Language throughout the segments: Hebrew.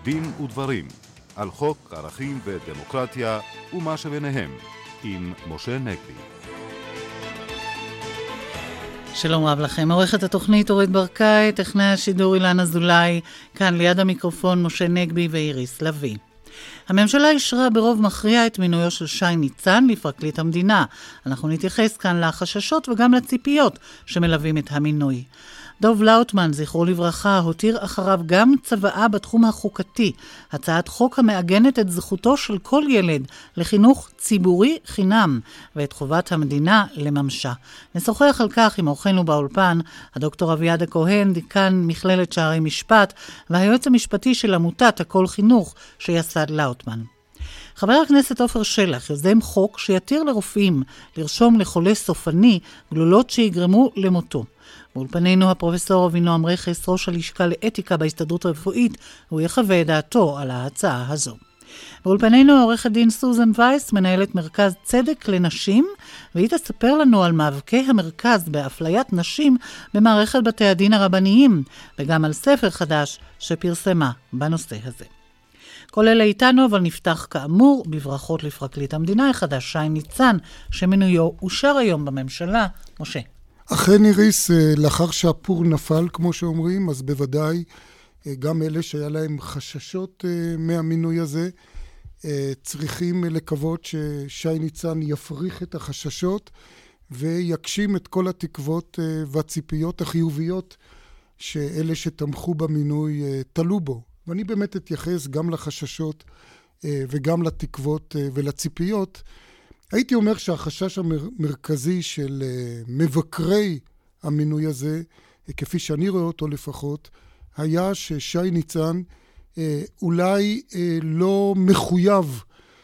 דין ודברים על חוק ערכים ודמוקרטיה ומה שביניהם עם משה נגבי. שלום רב לכם, עורכת התוכנית אורית ברקאי, טכנאי השידור אילן אזולאי, כאן ליד המיקרופון משה נגבי ואיריס לוי. הממשלה אישרה ברוב מכריע את מינויו של שי ניצן לפרקליט המדינה. אנחנו נתייחס כאן לחששות וגם לציפיות שמלווים את המינוי. דוב לאוטמן, זכרו לברכה, הותיר אחריו גם צוואה בתחום החוקתי, הצעת חוק המעגנת את זכותו של כל ילד לחינוך ציבורי חינם, ואת חובת המדינה לממשה. נשוחח על כך עם אורחנו באולפן, הדוקטור אביעד הכהן, דיקן מכללת שערי משפט, והיועץ המשפטי של עמותת הכל חינוך שיסד לאוטמן. חבר הכנסת עופר שלח יוזם חוק שיתיר לרופאים לרשום לחולה סופני גלולות שיגרמו למותו. באולפנינו הפרופסור אבינועם רכס, ראש הלשכה לאתיקה בהסתדרות הרפואית, הוא יחווה דעתו על ההצעה הזו. באולפנינו עורכת דין סוזן וייס, מנהלת מרכז צדק לנשים, והיא תספר לנו על מאבקי המרכז באפליית נשים במערכת בתי הדין הרבניים, וגם על ספר חדש שפרסמה בנושא הזה. כל אלה איתנו, אבל נפתח כאמור בברכות לפרקליט המדינה החדש שי ניצן, שמינויו אושר היום בממשלה. משה. אכן איריס, לאחר שהפור נפל, כמו שאומרים, אז בוודאי גם אלה שהיה להם חששות מהמינוי הזה, צריכים לקוות ששי ניצן יפריך את החששות ויקשים את כל התקוות והציפיות החיוביות שאלה שתמכו במינוי תלו בו. ואני באמת אתייחס גם לחששות וגם לתקוות ולציפיות. הייתי אומר שהחשש המרכזי של מבקרי המינוי הזה, כפי שאני רואה אותו לפחות, היה ששי ניצן אולי לא מחויב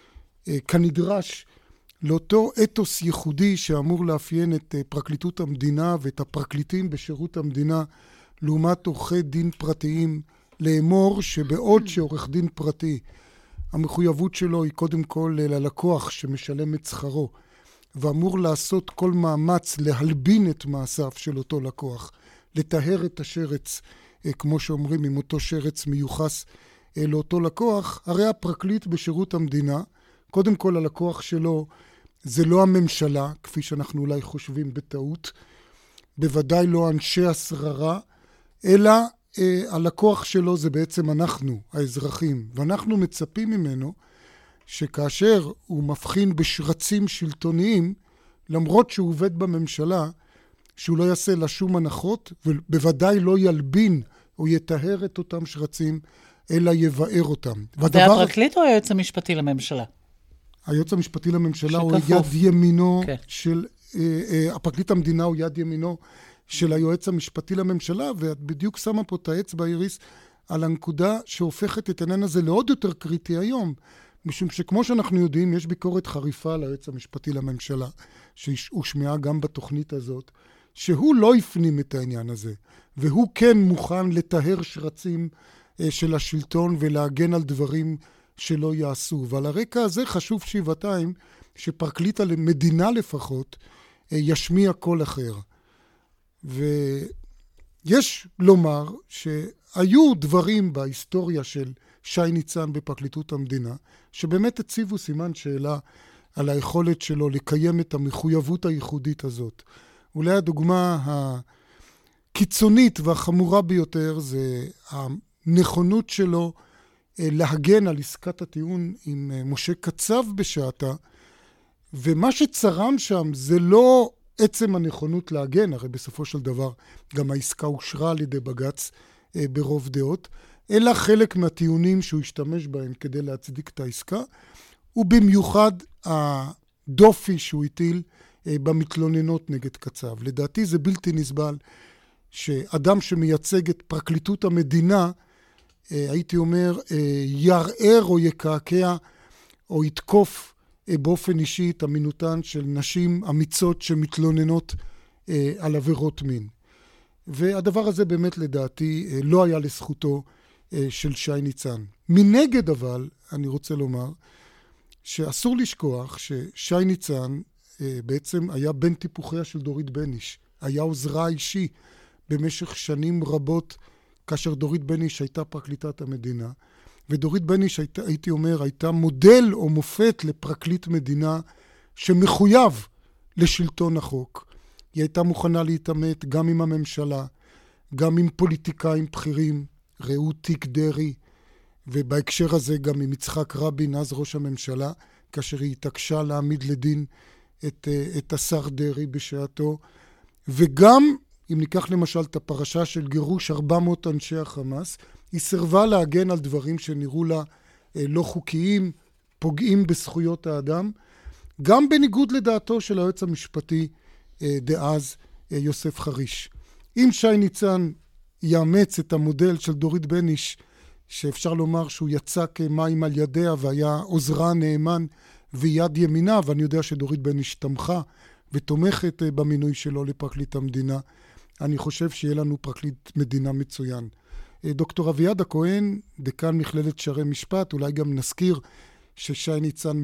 כנדרש לאותו אתוס ייחודי שאמור לאפיין את פרקליטות המדינה ואת הפרקליטים בשירות המדינה לעומת עורכי דין פרטיים, לאמור שבעוד שעורך דין פרטי המחויבות שלו היא קודם כל ללקוח שמשלם את שכרו, ואמור לעשות כל מאמץ להלבין את מעשיו של אותו לקוח, לטהר את השרץ, כמו שאומרים, עם אותו שרץ מיוחס לאותו לקוח. הרי הפרקליט בשירות המדינה, קודם כל הלקוח שלו זה לא הממשלה, כפי שאנחנו אולי חושבים בטעות, בוודאי לא אנשי השררה, אלא הלקוח שלו זה בעצם אנחנו, האזרחים, ואנחנו מצפים ממנו שכאשר הוא מבחין בשרצים שלטוניים, למרות שהוא עובד בממשלה, שהוא לא יעשה לה שום הנחות, ובוודאי לא ילבין או יטהר את אותם שרצים, אלא יבאר אותם. זה הפרקליט או היועץ המשפטי לממשלה? היועץ המשפטי לממשלה הוא יד ימינו כן. של, הפרקליט המדינה הוא יד ימינו של היועץ המשפטי לממשלה, ואת בדיוק שמה פה את האצבע איריס על הנקודה שהופכת את העניין הזה לעוד יותר קריטי היום, משום שכמו שאנחנו יודעים, יש ביקורת חריפה על היועץ המשפטי לממשלה, שהושמעה גם בתוכנית הזאת, שהוא לא הפנים את העניין הזה, והוא כן מוכן לטהר שרצים של השלטון ולהגן על דברים שלא יעשו. ועל הרקע הזה חשוב שבעתיים שפרקליט המדינה לפחות ישמיע קול אחר. ויש לומר שהיו דברים בהיסטוריה של שי ניצן בפרקליטות המדינה, שבאמת הציבו סימן שאלה על היכולת שלו לקיים את המחויבות הייחודית הזאת. אולי הדוגמה הקיצונית והחמורה ביותר זה הנכונות שלו להגן על עסקת הטיעון עם משה קצב בשעתה, ומה שצרם שם זה לא עצם הנכונות להגן, הרי בסופו של דבר גם העסקה אושרה על ידי בג"ץ ברוב דעות, אלא חלק מהטיעונים שהוא השתמש בהם כדי להצדיק את העסקה, ובמיוחד הדופי שהוא הטיל במתלוננות נגד קצב. לדעתי זה בלתי נסבל שאדם שמייצג את פרקליטות המדינה, הייתי אומר, יערער או יקעקע או יתקוף באופן אישי את אמינותן של נשים אמיצות שמתלוננות על עבירות מין. והדבר הזה באמת לדעתי לא היה לזכותו של שי ניצן. מנגד אבל, אני רוצה לומר, שאסור לשכוח ששי ניצן בעצם היה בן טיפוחיה של דורית בניש. היה עוזרה אישי במשך שנים רבות, כאשר דורית בניש הייתה פרקליטת המדינה. ודורית בניש, הייתי אומר, הייתה מודל או מופת לפרקליט מדינה שמחויב לשלטון החוק. היא הייתה מוכנה להתעמת גם עם הממשלה, גם עם פוליטיקאים בכירים, ראו תיק דרי, ובהקשר הזה גם עם יצחק רבין, אז ראש הממשלה, כאשר היא התעקשה להעמיד לדין את השר דרי בשעתו. וגם, אם ניקח למשל את הפרשה של גירוש 400 אנשי החמאס, היא סירבה להגן על דברים שנראו לה לא חוקיים, פוגעים בזכויות האדם, גם בניגוד לדעתו של היועץ המשפטי דאז יוסף חריש. אם שי ניצן יאמץ את המודל של דורית בניש, שאפשר לומר שהוא יצא כמים על ידיה והיה עוזרה נאמן ויד ימינה, ואני יודע שדורית בניש תמכה ותומכת במינוי שלו לפרקליט המדינה, אני חושב שיהיה לנו פרקליט מדינה מצוין. דוקטור אביעד הכהן, דקן מכללת שערי משפט, אולי גם נזכיר ששי ניצן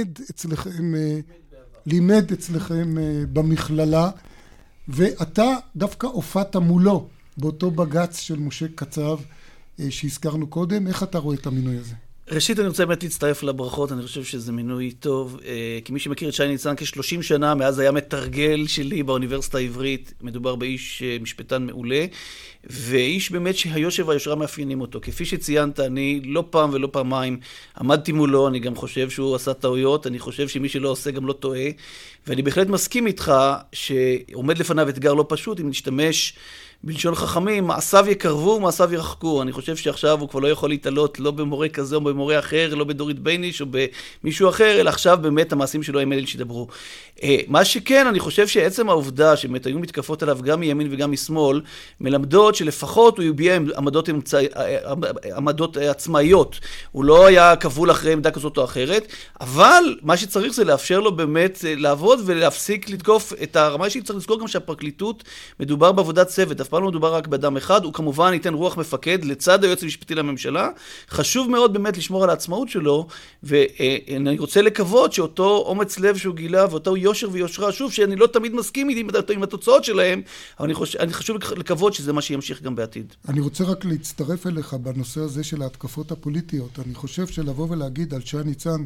לימד אצלכם במכללה, ואתה דווקא הופעת מולו באותו בג"ץ של משה קצב שהזכרנו קודם. איך אתה רואה את המינוי הזה? ראשית, אני רוצה באמת להצטרף לברכות, אני חושב שזה מינוי טוב, כי מי שמכיר את שי ניצן כ-30 שנה, מאז היה מתרגל שלי באוניברסיטה העברית, מדובר באיש משפטן מעולה, ואיש באמת שהיושר והיושרה מאפיינים אותו. כפי שציינת, אני לא פעם ולא פעמיים עמדתי מולו, אני גם חושב שהוא עשה טעויות, אני חושב שמי שלא עושה גם לא טועה, ואני בהחלט מסכים איתך שעומד לפניו אתגר לא פשוט, אם נשתמש בלשון חכמים, מעשיו יקרבו, מעשיו ירחקו. אני חושב שעכשיו הוא כבר לא יכול להתעלות, לא במורה כזה או במורה אחר, לא בדורית בייניש או במישהו אחר, אלא עכשיו באמת המעשים שלו הם אלה שידברו. מה שכן, אני חושב שעצם העובדה שבאמת היו מתקפות עליו גם מימין וגם משמאל, מלמדות שלפחות הוא יביע עמדות עצמאיות. הוא לא היה כבול אחרי עמדה כזאת או אחרת, אבל מה שצריך זה לאפשר לו באמת לעבוד ולהפסיק לתקוף את הרמה שהיא. צריך לזכור גם שהפרקליטות מדובר בעבודת צוות, אף פעם לא מדובר רק באדם אחד, הוא כמובן ייתן רוח מפקד לצד היועץ המשפטי לממשלה. חשוב מאוד באמת לשמור על העצמאות שלו, ואני רוצה לקוות שאותו אומץ לב שהוא גילה, ואותו יושר ויושרה, שוב, שאני לא תמיד מסכים עם התוצאות שלהם, אבל אני חשוב לקוות שזה מה שימשיך גם בעתיד. אני רוצה רק להצטרף אליך בנושא הזה של ההתקפות הפוליטיות. אני חושב שלבוא ולהגיד על שי ניצן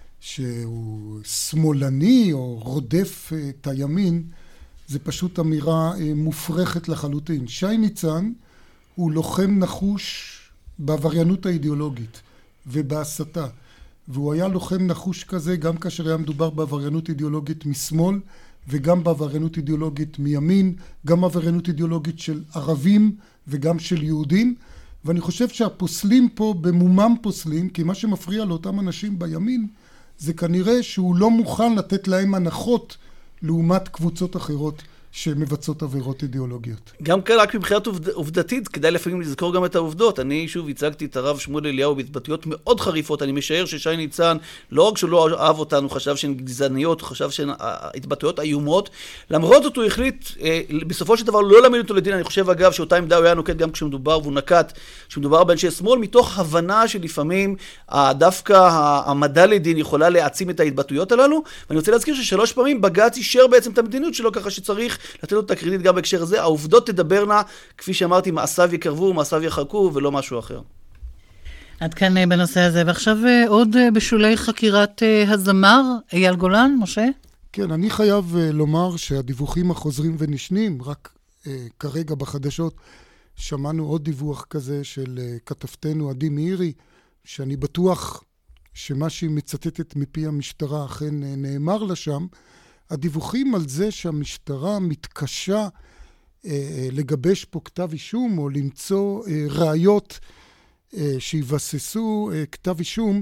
שהוא שמאלני או רודף את הימין, זה פשוט אמירה מופרכת לחלוטין. שי ניצן הוא לוחם נחוש בעבריינות האידיאולוגית ובהסתה. והוא היה לוחם נחוש כזה גם כאשר היה מדובר בעבריינות אידיאולוגית משמאל, וגם בעבריינות אידיאולוגית מימין, גם בעבריינות אידיאולוגית של ערבים וגם של יהודים. ואני חושב שהפוסלים פה במומם פוסלים, כי מה שמפריע לאותם אנשים בימין, זה כנראה שהוא לא מוכן לתת להם הנחות לעומת קבוצות אחרות שמבצעות עבירות אידיאולוגיות. גם כאן, רק מבחינת עובדתית, כדאי לפעמים לזכור גם את העובדות. אני שוב הצגתי את הרב שמואל אליהו בהתבטאויות מאוד חריפות. אני משער ששי ניצן, לא רק שהוא לא אהב אותנו, חשב שהן גזעניות, חשב שהן התבטאויות איומות. למרות זאת הוא החליט, בסופו של דבר לא להעמיד אותו לדין. אני חושב אגב שאותה עמדה הוא היה נוקט גם כשמדובר, והוא נקט, כשמדובר באנשי שמאל, מתוך הבנה שלפעמים דווקא העמדה לדין יכולה להעצים את ההתבטאויות הללו. ואני רוצה להזכיר ששלוש פעמים בג"ץ אישר בעצם את המדיניות שלו, ככה שצריך לתת לו את הקרדיט גם בהקשר הזה. העובדות תדברנה, כפי שאמרתי, מעשיו יקרבו, מעשיו ירחקו, ולא משהו אחר. עד כאן בנושא הזה. ועכשיו עוד בשולי חקירת הזמר, אייל גולן, משה? כן, אני חייב לומר שהדיווחים החוזרים ונשנים, רק כרגע בחדשות, שמענו עוד דיווח כזה של כתבתנו עדי מאירי, שאני בטוח שמה שהיא מצטטת מפי המשטרה אכן נאמר לה שם. הדיווחים על זה שהמשטרה מתקשה לגבש פה כתב אישום או למצוא ראיות שיבססו כתב אישום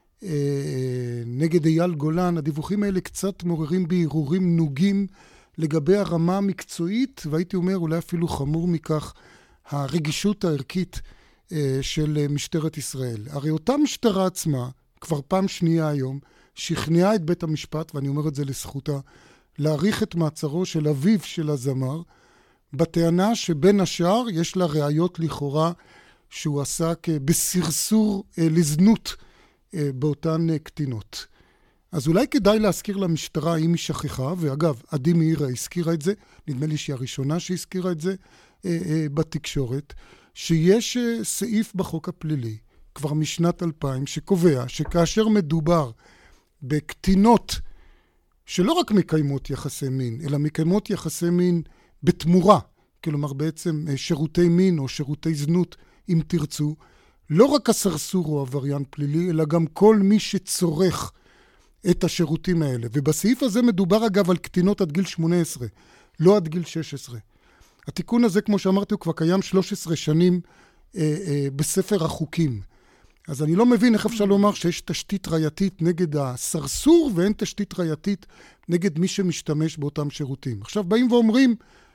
נגד אייל גולן, הדיווחים האלה קצת מעוררים בהרהורים נוגים לגבי הרמה המקצועית, והייתי אומר אולי אפילו חמור מכך, הרגישות הערכית של משטרת ישראל. הרי אותה משטרה עצמה, כבר פעם שנייה היום, שכנעה את בית המשפט, ואני אומר את זה לזכותה, להאריך את מעצרו של אביו של הזמר, בטענה שבין השאר יש לה ראיות לכאורה שהוא עסק בסרסור לזנות באותן קטינות. אז אולי כדאי להזכיר למשטרה אם היא שכחה, ואגב, עדי מאירה הזכירה את זה, נדמה לי שהיא הראשונה שהזכירה את זה בתקשורת, שיש סעיף בחוק הפלילי, כבר משנת 2000, שקובע שכאשר מדובר בקטינות שלא רק מקיימות יחסי מין, אלא מקיימות יחסי מין בתמורה, כלומר בעצם שירותי מין או שירותי זנות, אם תרצו, לא רק הסרסור הוא עבריין פלילי, אלא גם כל מי שצורך את השירותים האלה. ובסעיף הזה מדובר אגב על קטינות עד גיל 18, לא עד גיל 16. התיקון הזה, כמו שאמרתי, הוא כבר קיים 13 שנים בספר החוקים. אז אני לא מבין איך אפשר לומר שיש תשתית ראייתית נגד הסרסור, ואין תשתית ראייתית נגד מי שמשתמש באותם שירותים. עכשיו באים ואומרים,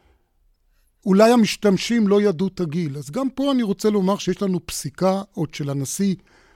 אולי המשתמשים לא ידעו את הגיל. אז גם פה אני רוצה לומר שיש לנו פסיקה עוד של הנשיא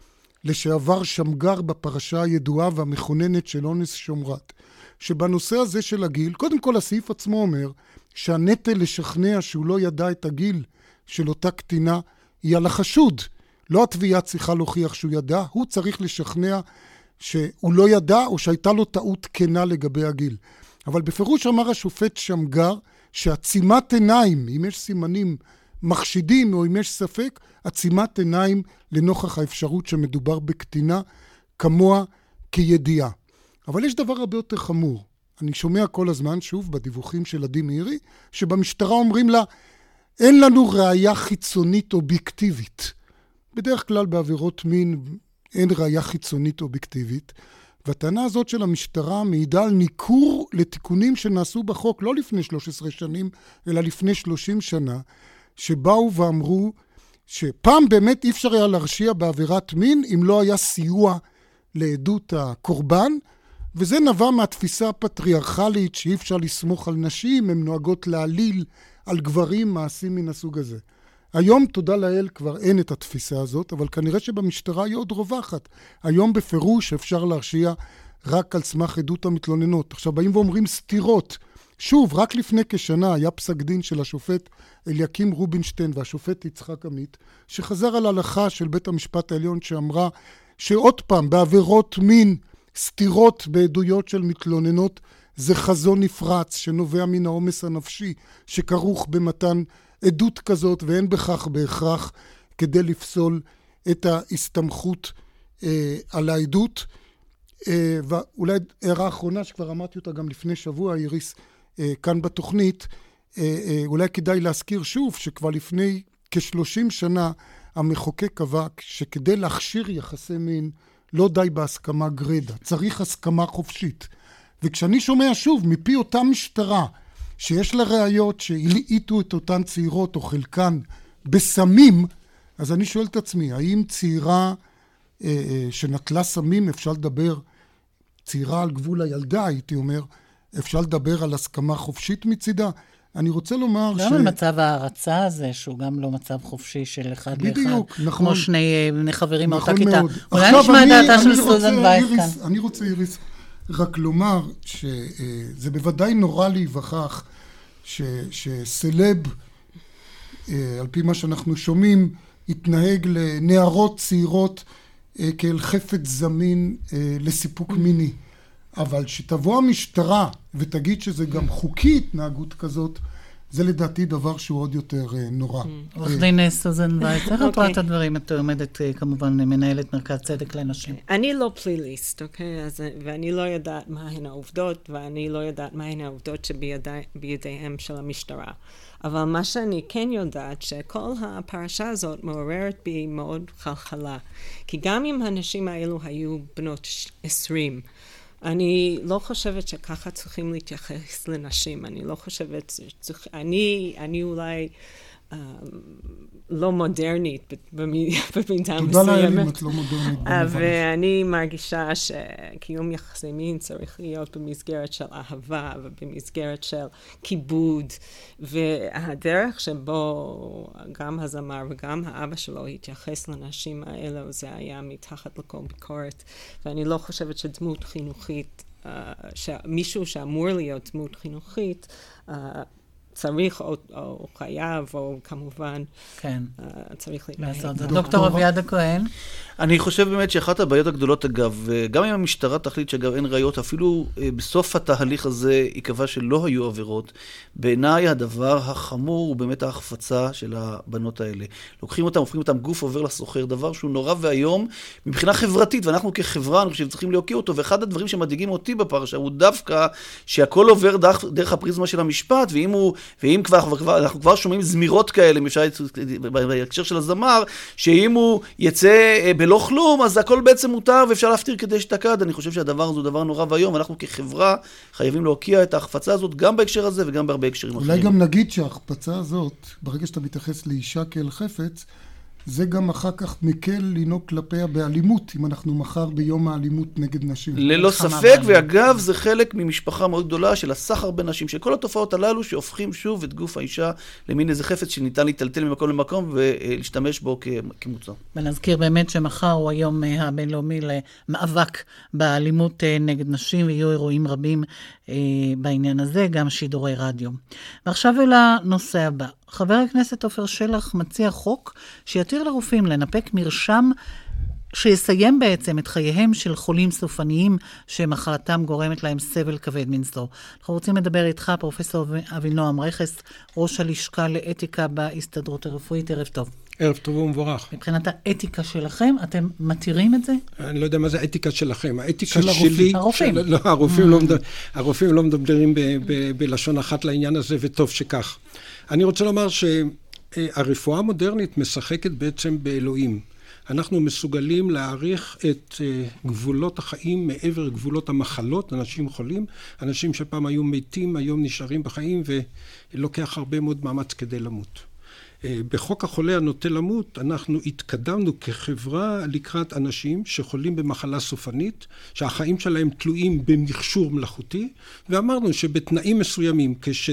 לשעבר שמגר בפרשה הידועה והמכוננת של אונס שומרת, שבנושא הזה של הגיל, קודם כל הסעיף עצמו אומר שהנטל לשכנע שהוא לא ידע את הגיל של אותה קטינה היא על החשוד. לא התביעה צריכה להוכיח שהוא ידע, הוא צריך לשכנע שהוא לא ידע או שהייתה לו טעות כנה לגבי הגיל. אבל בפירוש אמר השופט שמגר שעצימת עיניים, אם יש סימנים מחשידים או אם יש ספק, עצימת עיניים לנוכח האפשרות שמדובר בקטינה כמוה כידיעה. אבל יש דבר הרבה יותר חמור. אני שומע כל הזמן, שוב, בדיווחים של עדי מאירי, שבמשטרה אומרים לה, אין לנו ראייה חיצונית אובייקטיבית. בדרך כלל בעבירות מין אין ראייה חיצונית אובייקטיבית, והטענה הזאת של המשטרה מעידה על ניכור לתיקונים שנעשו בחוק, לא לפני 13 שנים, אלא לפני 30 שנה, שבאו ואמרו שפעם באמת אי אפשר היה להרשיע בעבירת מין, אם לא היה סיוע לעדות הקורבן, וזה נבע מהתפיסה הפטריארכלית שאי אפשר לסמוך על נשים, הן נוהגות להעליל על גברים מעשים מן הסוג הזה. היום, תודה לאל, כבר אין את התפיסה הזאת, אבל כנראה שבמשטרה היא עוד רווחת. היום בפירוש אפשר להרשיע רק על סמך עדות המתלוננות. עכשיו באים ואומרים סתירות. שוב, רק לפני כשנה היה פסק דין של השופט אליקים רובינשטיין והשופט יצחק עמית, שחזר על הלכה של בית המשפט העליון שאמרה שעוד פעם, בעבירות מין, סתירות בעדויות של מתלוננות, זה חזון נפרץ שנובע מן העומס הנפשי שכרוך במתן עדות כזאת, ואין בכך בהכרח כדי לפסול את ההסתמכות על העדות. ואולי הערה האחרונה שכבר אמרתי אותה גם לפני שבוע, איריס, כאן בתוכנית, אולי כדאי להזכיר שוב שכבר לפני כ-30 שנה המחוקק קבע שכדי להכשיר יחסי מין לא די בהסכמה גרדה, צריך הסכמה חופשית. וכשאני שומע שוב מפי אותה משטרה שיש לה ראיות שהלעיטו את אותן צעירות או חלקן בסמים, אז אני שואל את עצמי, האם צעירה שנטלה סמים, אפשר לדבר, צעירה על גבול הילדה, הייתי אומר, אפשר לדבר על הסכמה חופשית מצידה? אני רוצה לומר גם על מצב ההרצה הזה, שהוא גם לא מצב חופשי של אחד לאחד. בדיוק, נכון. כמו שני חברים מאותה נכון כיתה. מאוד. אולי נשמע דעתה של סוזן וייס כאן. אני רוצה, איריס, רק לומר שזה בוודאי נורא להיווכח שסלב, על פי מה שאנחנו שומעים, התנהג לנערות צעירות כאל חפץ זמין לסיפוק מיני. אבל שתבוא המשטרה ותגיד שזה גם חוקי התנהגות כזאת, זה לדעתי דבר שהוא עוד יותר נורא. עורך דין סוזן וייס, איך את רואה את הדברים? את עומדת כמובן מנהלת מרכז צדק לנשים. אני לא פליליסט, אוקיי? ואני לא יודעת מהן העובדות, ואני לא יודעת מהן העובדות שבידיהם של המשטרה. אבל מה שאני כן יודעת, שכל הפרשה הזאת מעוררת בי מאוד חלחלה. כי גם אם הנשים האלו היו בנות 20, אני לא חושבת שככה צריכים להתייחס לנשים. אני לא חושבת, אני אולי לא מודרנית במידה מסוימת. תודה לאל אם את לא מודרנית. ואני מרגישה שקיום יחסי מין צריך להיות במסגרת של אהבה ובמסגרת של כיבוד. והדרך שבו גם הזמר וגם האבא שלו התייחס לנשים האלו, זה היה מתחת לכל ביקורת. ואני לא חושבת שדמות חינוכית, מישהו שאמור להיות דמות חינוכית, צריך או חייב, או כמובן כן. צריך לעשות זאת. דוקטור אביעד הכהן. אני חושב באמת שאחת הבעיות הגדולות, אגב, גם אם המשטרה תחליט שאגב אין ראיות, אפילו בסוף התהליך הזה יקבע שלא היו עבירות, בעיניי הדבר החמור הוא באמת ההחפצה של הבנות האלה. לוקחים אותם, הופכים אותם גוף עובר לסוחר, דבר שהוא נורא והיום מבחינה חברתית, ואנחנו כחברה, אני חושב, צריכים להוקיע אותו, ואחד הדברים שמדאיגים אותי בפרשה הוא דווקא שהכל עובר דרך הפריזמה של המשפט, ואם כבר, אנחנו כבר שומעים זמירות כאלה, בהקשר של הזמר, שאם הוא יצא בלא כלום, אז הכל בעצם מותר ואפשר להפתיר כדי שתקד. אני חושב שהדבר הזה הוא דבר נורא והיום, ואנחנו כחברה חייבים להוקיע את ההחפצה הזאת גם בהקשר הזה וגם בהרבה הקשרים אחרים. אולי גם נגיד שההחפצה הזאת, ברגע שאתה מתייחס לאישה כאל חפץ, זה גם אחר כך מקל לנהוג כלפיה באלימות, אם אנחנו מחר ביום האלימות נגד נשים. ללא ספק, ואגב, זה חלק ממשפחה מאוד גדולה של הסחר בין נשים, של כל התופעות הללו שהופכים שוב את גוף האישה למין איזה חפץ שניתן להיטלטל ממקום למקום ולהשתמש בו כמוצר. ונזכיר באמת שמחר הוא היום הבינלאומי למאבק באלימות נגד נשים, ויהיו אירועים רבים בעניין הזה, גם שידורי רדיו. ועכשיו אל הנושא הבא. חבר הכנסת עופר שלח מציע חוק שיתיר לרופאים לנפק מרשם שיסיים בעצם את חייהם של חולים סופניים שמחלתם גורמת להם סבל כבד מנשוא. אנחנו רוצים לדבר איתך, פרופסור אבינועם רכס, ראש הלשכה לאתיקה בהסתדרות הרפואית. ערב טוב. ערב טוב ומבורך. מבחינת האתיקה שלכם, אתם מתירים את זה? אני לא יודע מה זה האתיקה שלכם. האתיקה שלי... הרופאים. לא, הרופאים לא מדברים בלשון אחת לעניין הזה, וטוב שכך. אני רוצה לומר שהרפואה המודרנית משחקת בעצם באלוהים. אנחנו מסוגלים להעריך את גבולות החיים מעבר גבולות המחלות, אנשים חולים, אנשים שפעם היו מתים, היום נשארים בחיים, ולוקח הרבה מאוד מאמץ כדי למות. בחוק החולה הנוטה למות, אנחנו התקדמנו כחברה לקראת אנשים שחולים במחלה סופנית, שהחיים שלהם תלויים במכשור מלאכותי, ואמרנו שבתנאים מסוימים,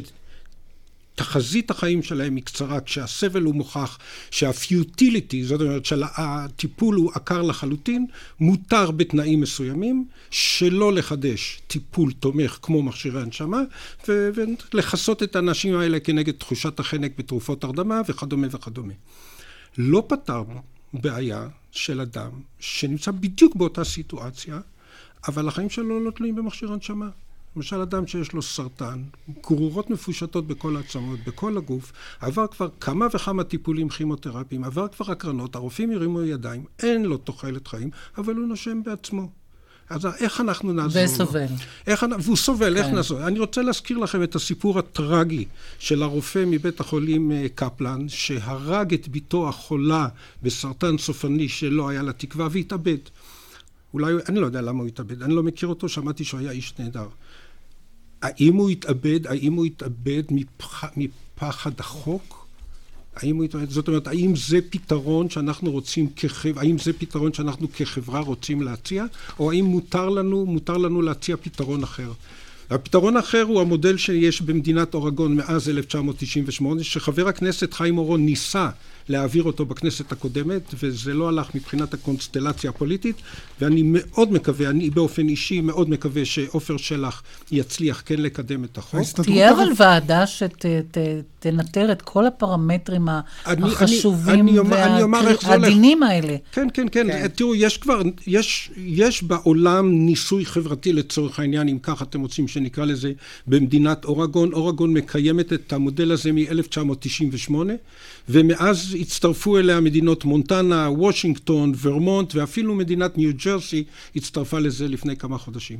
תחזית החיים שלהם היא קצרה, כשהסבל הוא מוכח, שהפיוטיליטי, זאת אומרת שהטיפול הוא עקר לחלוטין, מותר בתנאים מסוימים, שלא לחדש טיפול תומך כמו מכשירי הנשמה, ולחסות את האנשים האלה כנגד תחושת החנק בתרופות הרדמה וכדומה וכדומה. לא פתרנו בעיה של אדם שנמצא בדיוק באותה סיטואציה, אבל החיים שלו לא תלויים במכשיר הנשמה. למשל אדם שיש לו סרטן, גרורות מפושטות בכל העצמות, בכל הגוף, עבר כבר כמה וכמה טיפולים כימותרפיים, עבר כבר הקרנות, הרופאים הרימו ידיים, אין לו תוחלת חיים, אבל הוא נושם בעצמו. אז איך אנחנו נעזור לו? וסובל. והוא סובל, איך נעזור? אני רוצה להזכיר לכם את הסיפור הטרגי של הרופא מבית החולים קפלן, שהרג את ביתו החולה בסרטן סופני שלא היה לה תקווה והתאבד. אולי, אני לא יודע למה הוא התאבד, אני לא מכיר אותו, שמעתי שהוא היה איש נהדר. האם הוא התאבד מפחד החוק? זאת אומרת, האם זה פתרון שאנחנו רוצים האם זה פתרון שאנחנו כחברה רוצים להציע, או האם מותר לנו להציע פתרון אחר? הפתרון האחר הוא המודל שיש במדינת אורגון מאז 1998, שחבר הכנסת חיים אורון ניסה להעביר אותו בכנסת הקודמת, וזה לא הלך מבחינת הקונסטלציה הפוליטית, ואני מאוד מקווה, אני באופן אישי מאוד מקווה שעופר שלח יצליח כן לקדם את החוק. תהיה אבל ועדה שתנטר את כל הפרמטרים החשובים והעדינים האלה. כן, כן, כן. תראו, יש בעולם ניסוי חברתי לצורך העניין, אם כך אתם רוצים שנקרא לזה, במדינת אורגון. אורגון מקיימת את המודל הזה מ-1998, ומאז הצטרפו אליה מדינות מונטנה, וושינגטון, ורמונט, ואפילו מדינת ניו ג'רסי הצטרפה לזה לפני כמה חודשים.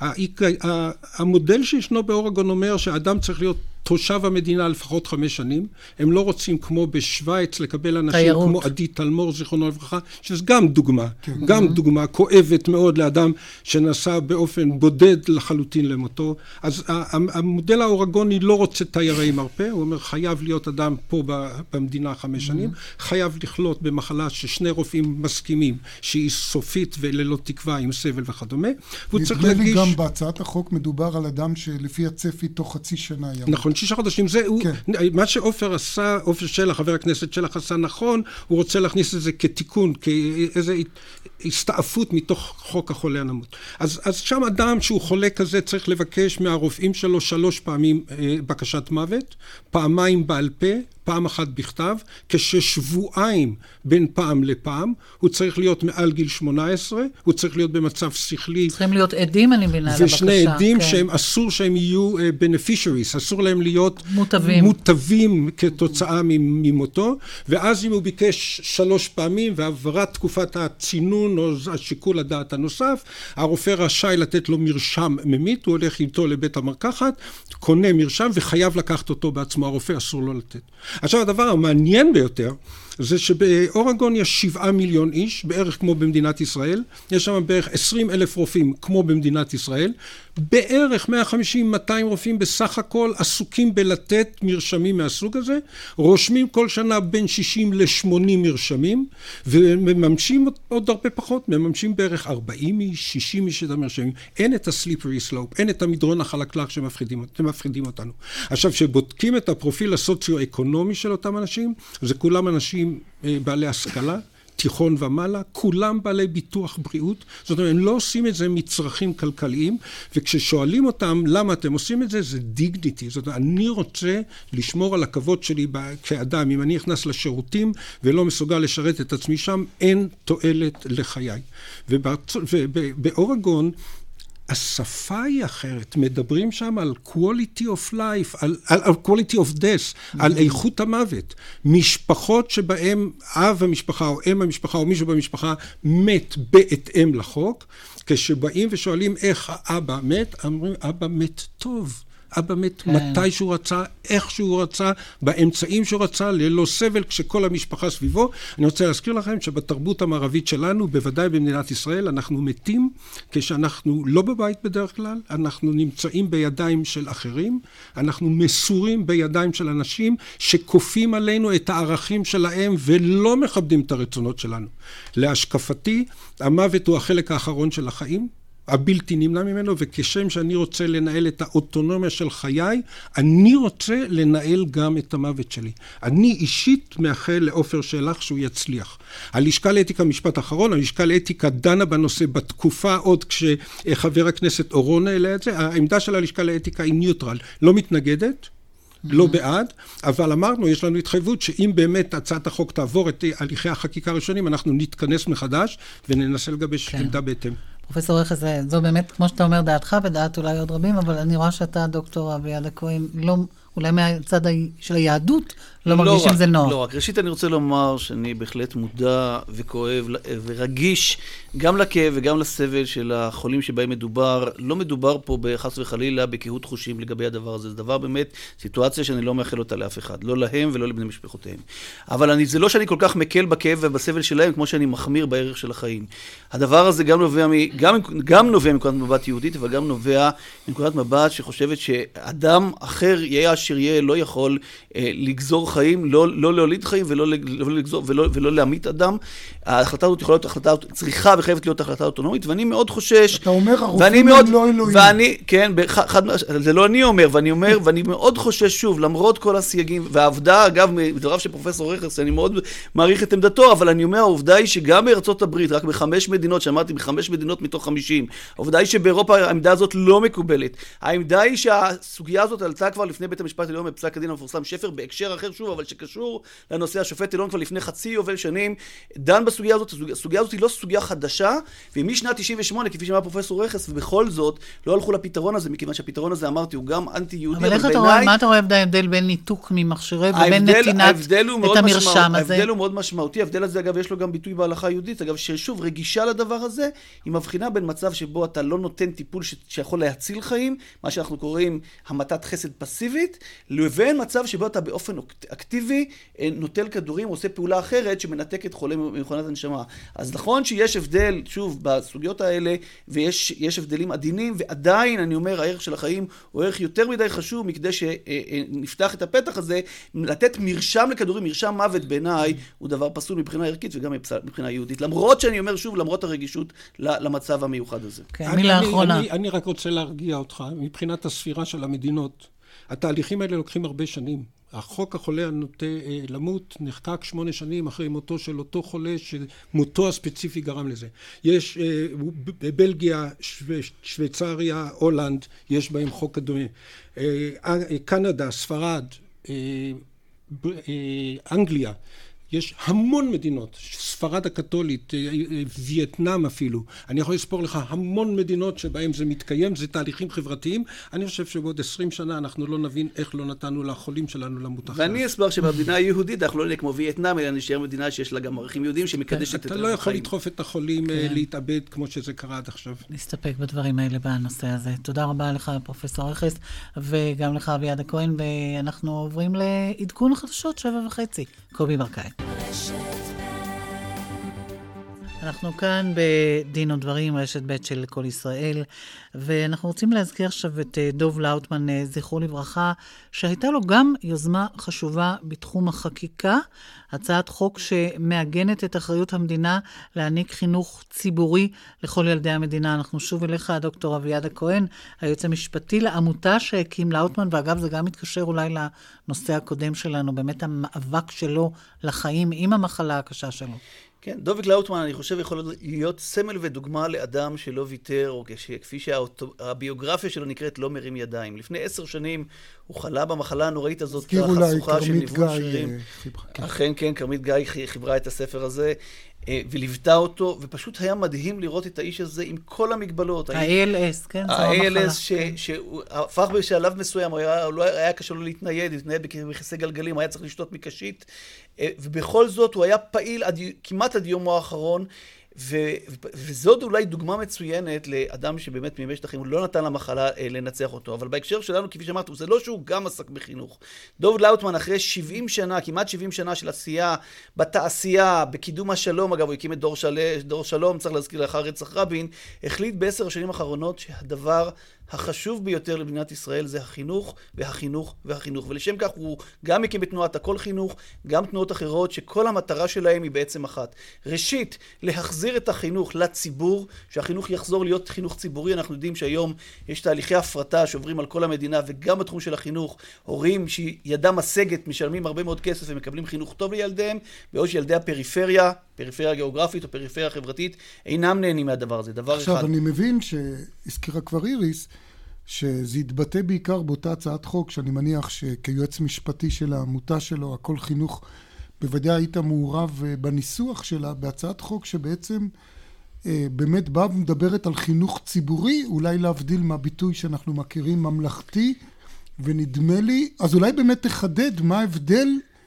המודל שישנו באורגון אומר שהאדם צריך להיות תושב המדינה לפחות 5 שנים. הם לא רוצים כמו בשוויץ לקבל אנשים תיירות. כמו עדי תלמור, זיכרונו לברכה, שזה גם דוגמה, כן. גם דוגמה כואבת מאוד לאדם שנסע באופן בודד לחלוטין למותו. אז המודל האורגוני לא רוצה תיירי מרפא, הוא אומר חייב להיות אדם פה במדינה 5 שנים, חייב לחלות במחלה ששני רופאים מסכימים שהיא סופית וללא תקווה עם סבל וכדומה. נדמה לי גם בהצעת החוק מדובר על אדם שלפי הצפי תוך חצי שנה ימות. נכון, נכון, 6 חודשים, זה מה שעופר עשה, עופר שלח, חבר הכנסת שלח עשה נכון, הוא רוצה להכניס את זה כתיקון, כאיזו הסתעפות מתוך חוק החולה הנמות. אז שם אדם שהוא חולה כזה צריך לבקש מהרופאים שלו 3 פעמים בקשת מוות, פעמיים בעל פה, פעם אחת בכתב, כששבועיים בין פעם לפעם, הוא צריך להיות מעל גיל 18, הוא צריך להיות במצב שכלי. צריכים להיות עדים, אני מבינה, לבקשה. ושני עדים שהם אסור שהם יהיו beneficiaries, אסור להם להיות מוטבים כתוצאה ממותו, ואז אם הוא ביקש 3 פעמים, ועברת תקופת הצינון או השיקול הדעת הנוסף, הרופא רשאי לתת לו מרשם ממית, הוא הולך איתו לבית המרקחת, קונה מרשם וחייב לקחת אותו בעצמו, הרופא אסור לו לתת. עכשיו הדבר המעניין ביותר זה שבאורגון יש 7 מיליון איש, בערך כמו במדינת ישראל, יש שם בערך 20,000 רופאים כמו במדינת ישראל, בערך 150-200 רופאים בסך הכל עסוקים בלתת מרשמים מהסוג הזה, רושמים כל שנה בין 60 ל-80 מרשמים, ומממשים עוד הרבה פחות, מממשים בערך 40 איש, 60 איש את המרשמים, אין את הסליפרי סלופ, אין את המדרון החלקלק שמפחידים אותנו. עכשיו, שבודקים את הפרופיל הסוציו-אקונומי של אותם אנשים, זה כולם אנשים בעלי השכלה, תיכון ומעלה, כולם בעלי ביטוח בריאות, זאת אומרת, הם לא עושים את זה מצרכים כלכליים, וכששואלים אותם למה אתם עושים את זה, זה דיגניטי, זאת אומרת, אני רוצה לשמור על הכבוד שלי כאדם, אם אני נכנס לשירותים ולא מסוגל לשרת את עצמי שם, אין תועלת לחיי. ובאורגון, השפה היא אחרת, מדברים שם על quality of life, על quality of death, על איכות המוות. משפחות שבהם אב המשפחה או אם המשפחה או מישהו במשפחה מת בהתאם לחוק, כשבאים ושואלים איך האבא מת, אומרים אבא מת טוב. אבא מת מתי שהוא רצה, איך שהוא רצה, באמצעים שהוא רצה, ללא סבל, כשכל המשפחה סביבו. אני רוצה להזכיר לכם שבתרבות המערבית שלנו, בוודאי במדינת ישראל, אנחנו מתים כשאנחנו לא בבית בדרך כלל, אנחנו נמצאים בידיים של אחרים, אנחנו מסורים בידיים של אנשים שכופים עלינו את הערכים שלהם ולא מכבדים את הרצונות שלנו. להשקפתי, המוות הוא החלק האחרון של החיים, הבלתי נמנע ממנו, וכשם שאני רוצה לנהל את האוטונומיה של חיי, אני רוצה לנהל גם את המוות שלי. אני אישית מאחל לעופר שלח שהוא יצליח. הלשכה לאתיקה, משפט אחרון, הלשכה לאתיקה דנה בנושא בתקופה עוד כשחבר הכנסת אורון העלה את זה, העמדה של הלשכה לאתיקה היא ניוטרל, לא מתנגדת, לא בעד, אבל אמרנו, יש לנו התחייבות שאם באמת הצעת החוק תעבור את הליכי החקיקה הראשונים, אנחנו נתכנס מחדש וננסה לגבש עמדה בהתאם. פרופסור רכס, זו באמת, כמו שאתה אומר, דעתך ודעת אולי עוד רבים, אבל אני רואה שאתה, דוקטור אביעד הכהן, לא, אולי מהצד של היהדות, לא מרגיש עם זה נוח. לא רק. ראשית אני רוצה לומר שאני בהחלט מודע וכואב ורגיש גם לכאב וגם לסבל של החולים שבהם מדובר. לא מדובר פה בחס וחלילה בקהות חושים לגבי הדבר הזה. זה דבר באמת, סיטואציה שאני לא מאחל אותה לאף אחד. לא להם ולא לבני משפחותיהם. אבל זה לא שאני כל כך מקל בכאב ובסבל שלהם, כמו שאני מחמיר בערך של החיים. הדבר הזה גם נובע מנקודת מבט יהודית, אבל גם נובע מנקודת מבט שחושבת שאדם אחר יהיה אשר יהיה, לא יכול לגזור חיים, לא להוליד חיים ולא להמית אדם. ההחלטה הזאת יכולה להיות החלטה, צריכה וחייבת להיות החלטה אוטונומית, ואני מאוד חושש... אתה אומר, הרופאים הם לא אלוהים. כן, זה לא אני אומר, ואני מאוד חושש שוב, למרות כל הסייגים, והעובדה, אגב, מדבריו של פרופסור רכס, אני מאוד מעריך את עמדתו, אבל אני אומר, העובדה היא שגם בארצות הברית, רק ב5 מדינות, שאמרתי, ב5 מדינות מתוך 50, העובדה היא שבאירופה העמדה הזאת לא מקובלת. העמדה היא שהסוגיה הזאת עלתה כבר לפני בית המשפט העליון בפסק הדין המפורסם שפר, בהקשר אחר שוב, אבל שקשור לנושא. השופט העליון כבר לפני חצי יובל שנים דן בסוגיה הזאת. הסוגיה הזאת היא לא סוגיה חדשה, ומשנת 98, כפי שאמר פרופסור רכס, ובכל זאת לא הלכו לפתרון הזה, מכיוון שהפתרון הזה, אמרתי, הוא גם אנטי-יהודי, אבל איך אתה רואה, מה אתה רואה ההבדל בין ניתוק ממכשירי ובין נתינת את המרשם הזה? ההבדל הוא מאוד משמעותי. ההבדל הזה, אגב, יש לו גם ביטוי בהלכה היהודית, אגב, ששוב, רגישה לדבר הזה, היא מבחינה בין מצב שבו אתה לא נותן טיפול שיכול להציל חיים, מה שאנחנו קוראים המתת חסד פסיבית, לבין מצב שבו אתה באופן אקטיבי נוטל כדורים, עושה פעולה אחרת שמנתקת חולה ממכונת הנשמה. אז נכון שיש הבדל, שוב, בסוגיות האלה, ויש הבדלים עדינים, ועדיין, אני אומר, הערך של החיים הוא ערך יותר מדי חשוב, מכדי שנפתח את הפתח הזה, לתת מרשם לכדורים, מרשם מוות בעיניי, הוא דבר פסול מבחינה ערכית וגם מבחינה יהודית. למרות שאני אומר שוב, למרות הרגישות למצב המיוחד הזה. כן, מילה אחרונה. אני רק רוצה להרגיע אותך, מבחינת הספירה של המדינות, התהליכים האלה לוקחים הרבה שנים. החוק החולה הנוטה למות נחקק 8 שנים אחרי מותו של אותו חולה שמותו הספציפי גרם לזה. יש בבלגיה, שוויצריה, הולנד, יש בהם חוק הדומה. קנדה, ספרד, אנגליה, יש המון מדינות, ספרד הקתולית, וייטנאם אפילו. אני יכול לספור לך המון מדינות שבהם זה מתקיים, זה תהליכים חברתיים. אני חושב שבעוד 20 שנה אנחנו לא נבין איך לא נתנו לחולים שלנו למות אחרת. ואני אסבר שבמדינה היהודית אנחנו לא נהיה כמו וייטנאם, אלא נשאר מדינה שיש לה גם ערכים יהודים שמקדשת את אתה לא יכול לדחוף את החולים להתאבד כמו שזה קרה עד עכשיו. נסתפק בדברים האלה בנושא הזה. תודה רבה לך, פרופסור רכס, וגם לך, אביעד הכהן, ואנחנו עוברים לעדכון החדשות 7:30. קובי ברקאי. אנחנו כאן בדין ודברים, רשת ב' של כל ישראל, ואנחנו רוצים להזכיר עכשיו את דוב לאוטמן, זכרו לברכה, שהייתה לו גם יוזמה חשובה בתחום החקיקה, הצעת חוק שמעגנת את אחריות המדינה להעניק חינוך ציבורי לכל ילדי המדינה. אנחנו שוב אליך, דוקטור אביעד הכהן, היועץ המשפטי לעמותה שהקים לאוטמן, ואגב זה גם מתקשר אולי לנושא הקודם שלנו, באמת המאבק שלו לחיים עם המחלה הקשה שלו. כן, דוביק לאוטמן, אני חושב, יכול להיות סמל ודוגמה לאדם שלא ויתר, או כפי שהביוגרפיה שלו נקראת לא מרים ידיים. לפני 10 שנים הוא חלה במחלה הנוראית הזאת, החשוכה של ניוון שרירים. אכן, כן, כרמית גיא חיברה את הספר הזה, וליוותה אותו, ופשוט היה מדהים לראות את האיש הזה עם כל המגבלות. ה-ALS, כן, זו המחלה. ה-ALS שהפך בשלב מסוים, היה קשה לו להתנייד בכיסא גלגלים, היה צריך לשתות מקשית, ובכל זאת הוא היה פעיל כמעט עד יומו האחרון, וזאת אולי דוגמה מצוינת לאדם שבאמת מימש את החיים, הוא לא נתן למחלה לנצח אותו. אבל בהקשר שלנו, כפי שאמרת, זה לא שהוא גם עסק בחינוך. דוב לאוטמן, אחרי 70 שנה, כמעט 70 שנה של עשייה בתעשייה, בקידום השלום, אגב, הוא הקים את דור שלום, צריך להזכיר לאחר רצח רבין, החליט ב10 השנים האחרונות שהדבר החשוב ביותר למדינת ישראל זה החינוך והחינוך והחינוך. ולשם כך הוא גם הקים את תנועת הכל חינוך, גם תנועות אחרות שכל המטרה שלהם היא בעצם אחת. ראשית, להחזיר את החינוך לציבור, שהחינוך יחזור להיות חינוך ציבורי. אנחנו יודעים שהיום יש תהליכי הפרטה שעוברים על כל המדינה, וגם בתחום של החינוך, הורים שידם משגת משלמים הרבה מאוד כסף ומקבלים חינוך טוב לילדיהם, בעוד שילדי הפריפריה, פריפריה גיאוגרפית או פריפריה חברתית, אינם נהנים מהדבר הזה. דבר עכשיו, אחד. אני מבין שהזכירה כבר איריס, שזה יתבטא בעיקר באותה הצעת חוק, שאני מניח שכיועץ משפטי של העמותה שלו, הכל חינוך, בוודאי היית מעורב בניסוח שלה, בהצעת חוק שבעצם באמת באה ומדברת על חינוך ציבורי, אולי להבדיל מהביטוי שאנחנו מכירים ממלכתי, ונדמה לי, אז אולי באמת תחדד מה ההבדל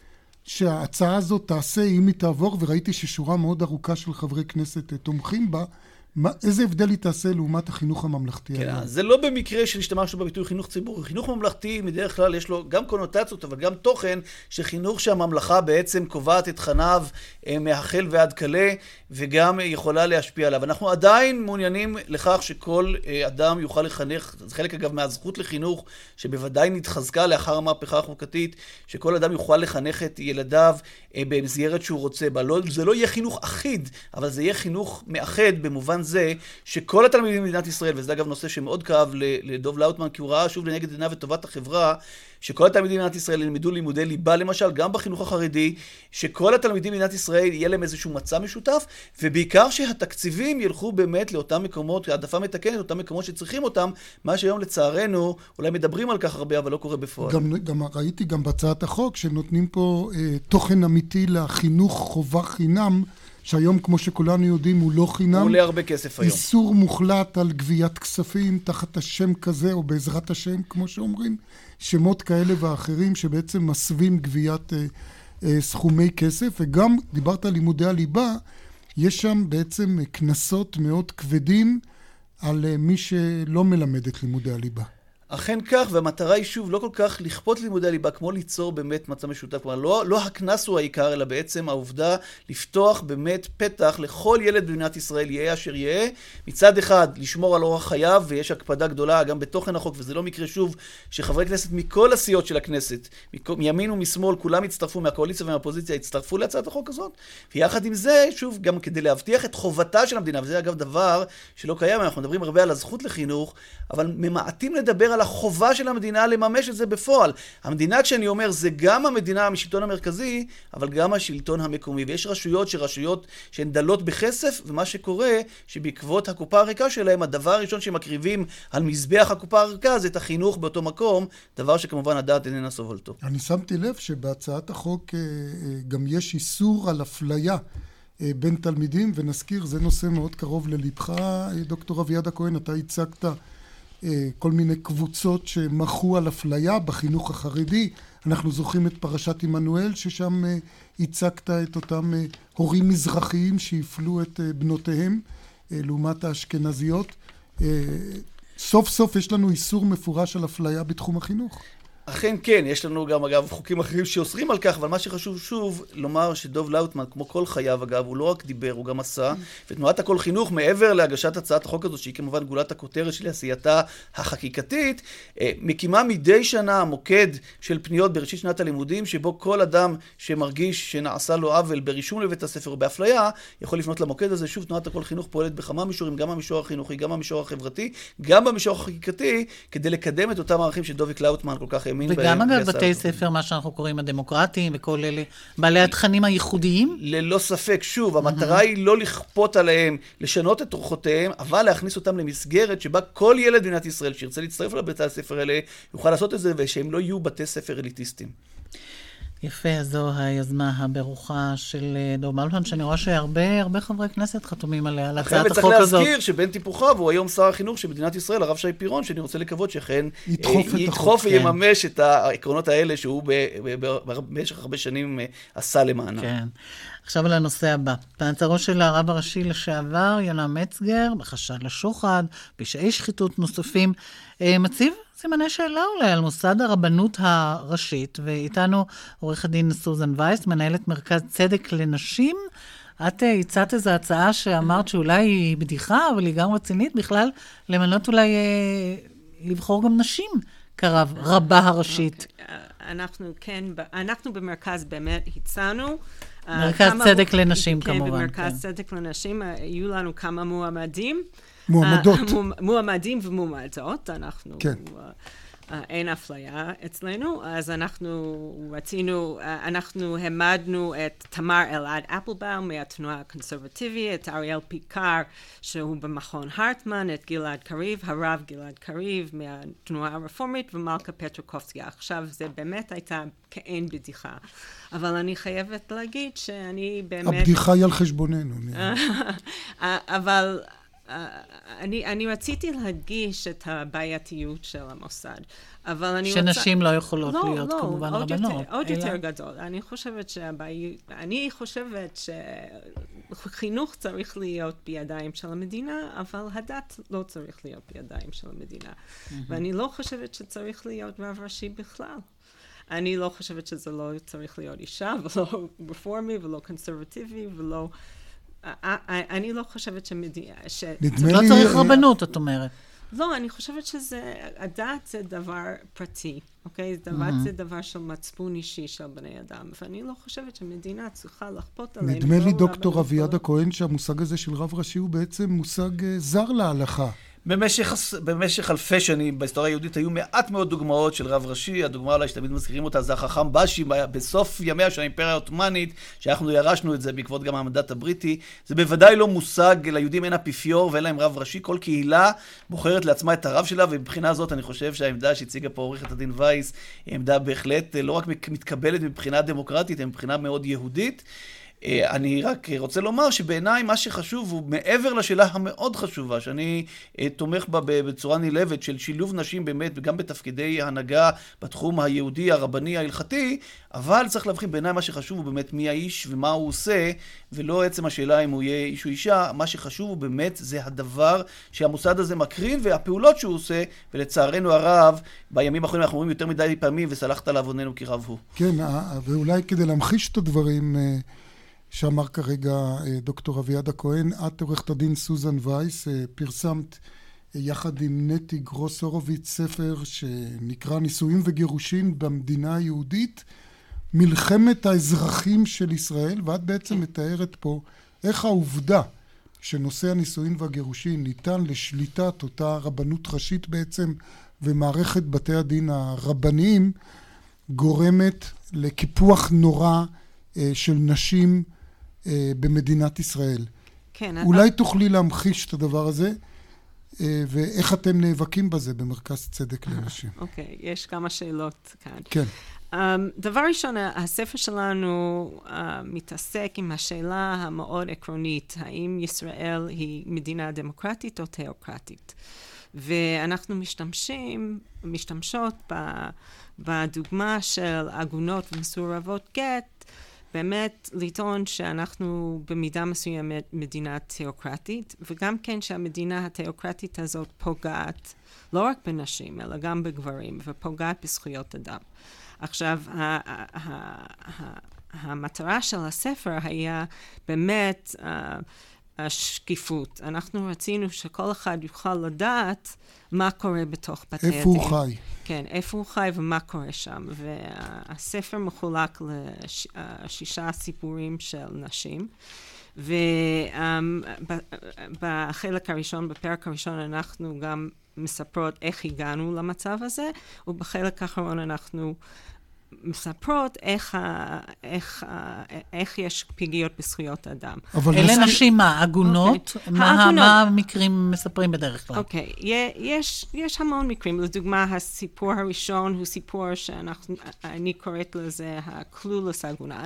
שההצעה הזאת תעשה אם היא תעבור, וראיתי ששורה מאוד ארוכה של חברי כנסת תומכים בה, איזה הבדל היא תעשה לעומת החינוך הממלכתי? כן, זה לא במקרה שנשתמשנו בביטוי חינוך ציבורי. חינוך ממלכתי מדרך כלל יש לו גם קונוטציות, אבל גם תוכן, שחינוך שהממלכה בעצם קובעת את תכניו מהחל ועד כלה, וגם יכולה להשפיע עליו. אנחנו עדיין מעוניינים לכך שכל אדם יוכל לחנך, זה חלק אגב מהזכות לחינוך, שבוודאי נתחזקה לאחר המהפכה החוקתית, שכל אדם יוכל לחנך את ילדיו במסגרת שהוא רוצה בה. זה לא יהיה חינוך אחיד, אבל זה יהיה חינוך מאחד במובן זה שכל התלמידים במדינת ישראל, וזה אגב נושא שמאוד כאב לדוב לאוטמן, כי הוא ראה שוב לנגד עיניו וטובת החברה, שכל התלמידים במדינת ישראל ילמדו לימודי ליבה, למשל, גם בחינוך החרדי, שכל התלמידים במדינת ישראל יהיה להם איזשהו מצע משותף, ובעיקר שהתקציבים ילכו באמת לאותם מקומות, העדפה מתקנת, אותם מקומות שצריכים אותם, מה שהיום לצערנו, אולי מדברים על כך הרבה, אבל לא קורה בפועל. גם ראיתי גם בהצעת החוק, שנותנים פה תוכן אמיתי לחינוך חובה חינם, שהיום, כמו שכולנו יודעים, הוא לא חינם. הוא עולה הרבה כסף היום. איסור מוחלט על גביית כספים תחת השם כזה, או בעזרת השם, כמו שאומרים, שמות כאלה ואחרים, שבעצם מסווים גביית סכומי כסף. וגם, דיברת על לימודי הליבה, יש שם בעצם כנסות מאוד כבדים על מי שלא מלמד את לימודי הליבה. אכן כך, והמטרה היא שוב לא כל כך לכפות לימודי הליבה, כמו ליצור באמת מצע משותף. כלומר, לא הכנס הוא העיקר, אלא בעצם העובדה לפתוח באמת פתח לכל ילד במדינת ישראל, יהיה אשר יהיה. מצד אחד, לשמור על אורח חייו, ויש הקפדה גדולה גם בתוכן החוק, וזה לא מקרה שוב שחברי כנסת מכל הסיעות של הכנסת, מימין ומשמאל, כולם הצטרפו, מהקואליציה ומהאופוזיציה, הצטרפו להצעת החוק הזאת. ויחד עם זה, שוב, גם כדי להבטיח את חובתה של המדינה, וזה אגב דבר שלא קיים, אנחנו מדברים הרבה על הזכות לחינוך, אבל ממעטים לדבר על החובה של המדינה לממש את זה בפועל. המדינה, כשאני אומר, זה גם המדינה משלטון המרכזי, אבל גם השלטון המקומי. ויש רשויות שהן דלות בכסף, ומה שקורה, שבעקבות הקופה הריקה שלהם, הדבר הראשון שהם מקריבים על מזבח הקופה הריקה, זה את החינוך באותו מקום, דבר שכמובן הדעת איננה סובלתו. אני שמתי לב שבהצעת החוק גם יש איסור על אפליה בין תלמידים, ונזכיר, זה נושא מאוד קרוב ללבך, דוקטור אביעד הכהן, אתה הצגת כל מיני קבוצות שמחו על אפליה בחינוך החרדי. אנחנו זוכרים את פרשת עמנואל, ששם הצגת את אותם הורים מזרחיים שהפלו את בנותיהם לעומת האשכנזיות. סוף סוף יש לנו איסור מפורש על אפליה בתחום החינוך. אכן כן, יש לנו גם אגב חוקים אחרים שאוסרים על כך, אבל מה שחשוב שוב לומר שדוב לאוטמן, כמו כל חייו אגב, הוא לא רק דיבר, הוא גם עשה, ותנועת הכל חינוך, מעבר להגשת הצעת החוק הזאת, שהיא כמובן גולת הכותרת של עשייתה החקיקתית, מקימה מדי שנה מוקד של פניות בראשית שנת הלימודים, שבו כל אדם שמרגיש שנעשה לו עוול ברישום לבית הספר או באפליה, יכול לפנות למוקד הזה. שוב, תנועת הכל חינוך פועלת בכמה מישורים, גם במישור החינוכי, גם במישור החברתי, גם במישור החקיקתי, כדי לקדם את אותם הערכים שדוביק לאוטמן כל כך וגם אגב בתי ספר, מה שאנחנו קוראים הדמוקרטיים וכל אלה, בעלי התכנים הייחודיים? ללא ספק, שוב, המטרה היא לא לכפות עליהם, לשנות את אורחותיהם, אבל להכניס אותם למסגרת שבה כל ילד במדינת ישראל שירצה להצטרף לבתי הספר האלה, יוכל לעשות את זה, ושהם לא יהיו בתי ספר אליטיסטיים. יפה, זו היוזמה הברוכה של דוב לאוטמן, שאני רואה שהרבה חברי כנסת חתומים עליה, על הצעת החוק הזאת. צריך להזכיר שבן טיפוחיו הוא היום שר החינוך של מדינת ישראל, הרב שי פירון, שאני רוצה לקוות שאכן ידחוף ויממש את העקרונות האלה שהוא במשך הרבה שנים עשה למענה. כן. עכשיו על הנושא הבא. מעצרו של הרב הראשי לשעבר, יונה מצגר, בחשד לשוחד, פשעי שחיתות נוספים, מציב סימני שאלה אולי על מוסד הרבנות הראשית, ואיתנו עורך הדין סוזן וייס, מנהלת מרכז צדק לנשים. את הצעת איזו הצעה שאמרת שאולי היא בדיחה, אבל היא גם רצינית בכלל, למנות אולי לבחור גם נשים כרב, רבה הראשית. אנחנו במרכז באמת הצענו, מרכז צדק לנשים כמובן. כן, במרכז צדק לנשים היו לנו כמה מועמדים. מועמדות. מועמדים ומועמדות, אנחנו... כן. אין אפליה אצלנו, אז אנחנו העמדנו את תמר אלעד אפלבאום מהתנועה הקונסרבטיבית, את אריאל פיקר שהוא במכון הרטמן, את גלעד קריב, הרב גלעד קריב מהתנועה הרפורמית, ומלכה פטרקובסקי. עכשיו זה באמת הייתה כאין בדיחה, אבל אני חייבת להגיד שאני באמת... הבדיחה היא על חשבוננו. אבל... אני רציתי להדגיש את הבעייתיות של המוסד, אבל אני רוצה... שנשים לא יכולות להיות כמובן רבנות. עוד יותר גדול. אני חושבת שחינוך צריך להיות בידיים של המדינה, אבל הדת לא צריך להיות בידיים של המדינה. ואני לא חושבת שצריך להיות רב ראשי בכלל. אני לא חושבת שזה לא צריך להיות אישה, ולא רפורמי, ולא קונסרבטיבי, ולא... אני לא חושבת לא צריך רבנות, את אומרת. לא, אני חושבת הדת זה דבר פרטי, אוקיי? זה דבר של מצפון אישי של בני אדם, ואני לא חושבת שמדינה צריכה לכפות עלינו. נדמה לי דוקטור אביעד הכהן שהמושג הזה של רב ראשי הוא בעצם מושג זר להלכה. במשך אלפי שנים בהיסטוריה היהודית היו מעט מאוד דוגמאות של רב ראשי. הדוגמה אולי שתמיד מזכירים אותה זה החכם באשי בסוף ימיה של האימפריה העות'מאנית, שאנחנו ירשנו את זה בעקבות גם המנדט הבריטי. זה בוודאי לא מושג, ליהודים אין אפיפיור ואין להם רב ראשי. כל קהילה בוחרת לעצמה את הרב שלה, ובבחינה הזאת אני חושב שהעמדה שהציגה פה עורכת הדין וייס היא עמדה בהחלט לא רק מתקבלת מבחינה דמוקרטית, אלא מבחינה מאוד יהודית. אני רק רוצה לומר שבעיניי מה שחשוב הוא מעבר לשאלה המאוד חשובה, שאני תומך בה בצורה נלהבת של שילוב נשים באמת וגם בתפקידי ההנהגה בתחום היהודי, הרבני, ההלכתי, אבל צריך להבחין בעיניי מה שחשוב הוא באמת מי האיש ומה הוא עושה, ולא עצם השאלה אם הוא יהיה איש או אישה. מה שחשוב הוא באמת זה הדבר שהמוסד הזה מקרין והפעולות שהוא עושה, ולצערנו הרב בימים האחרונים אנחנו רואים יותר מדי פעמים וסלחת לעווננו כי רב הוא. כן, ואולי כדי להמחיש את הדברים שאמר כרגע דוקטור אביעד הכהן, את עורכת הדין סוזן וייס, פרסמת יחד עם נטי גרוס הורוביץ ספר שנקרא נישואים וגירושים במדינה היהודית, מלחמת האזרחים של ישראל, ואת בעצם מתארת פה איך העובדה שנושא הנישואים והגירושים ניתן לשליטת אותה רבנות ראשית בעצם ומערכת בתי הדין הרבניים גורמת לקיפוח נורא של נשים במדינת ישראל. כן, אולי תוכלי להמחיש את הדבר הזה, ואיך אתם נאבקים בזה במרכז צדק לנשים. אוקיי, יש כמה שאלות כאן. כן. דבר ראשון, הספר שלנו מתעסק עם השאלה המאוד עקרונית, האם ישראל היא מדינה דמוקרטית או תיאוקרטית. ואנחנו משתמשות בדוגמה של עגונות ומסורבות גט, באמת לטעון שאנחנו במידה מסוימת מדינה תיאוקרטית, וגם כן שהמדינה התיאוקרטית הזאת פוגעת לא רק בנשים, אלא גם בגברים, ופוגעת בזכויות אדם. עכשיו, המטרה של הספר היה באמת השקיפות. אנחנו רצינו שכל אחד יוכל לדעת מה קורה בתוך בתי הדין. איפה הוא חי. כן, איפה הוא חי ומה קורה שם. והספר מחולק ל6 סיפורים של נשים. ובחלק הראשון, בפרק הראשון, אנחנו גם מספרות איך הגענו למצב הזה, ובחלק האחרון אנחנו מספרות איך יש פגיעות בזכויות אדם. אלה נשים מה? עגונות? מה המקרים מספרים בדרך כלל? אוקיי, יש המון מקרים. לדוגמה, הסיפור הראשון הוא סיפור שאני קוראת לזה הקלולוס עגונה.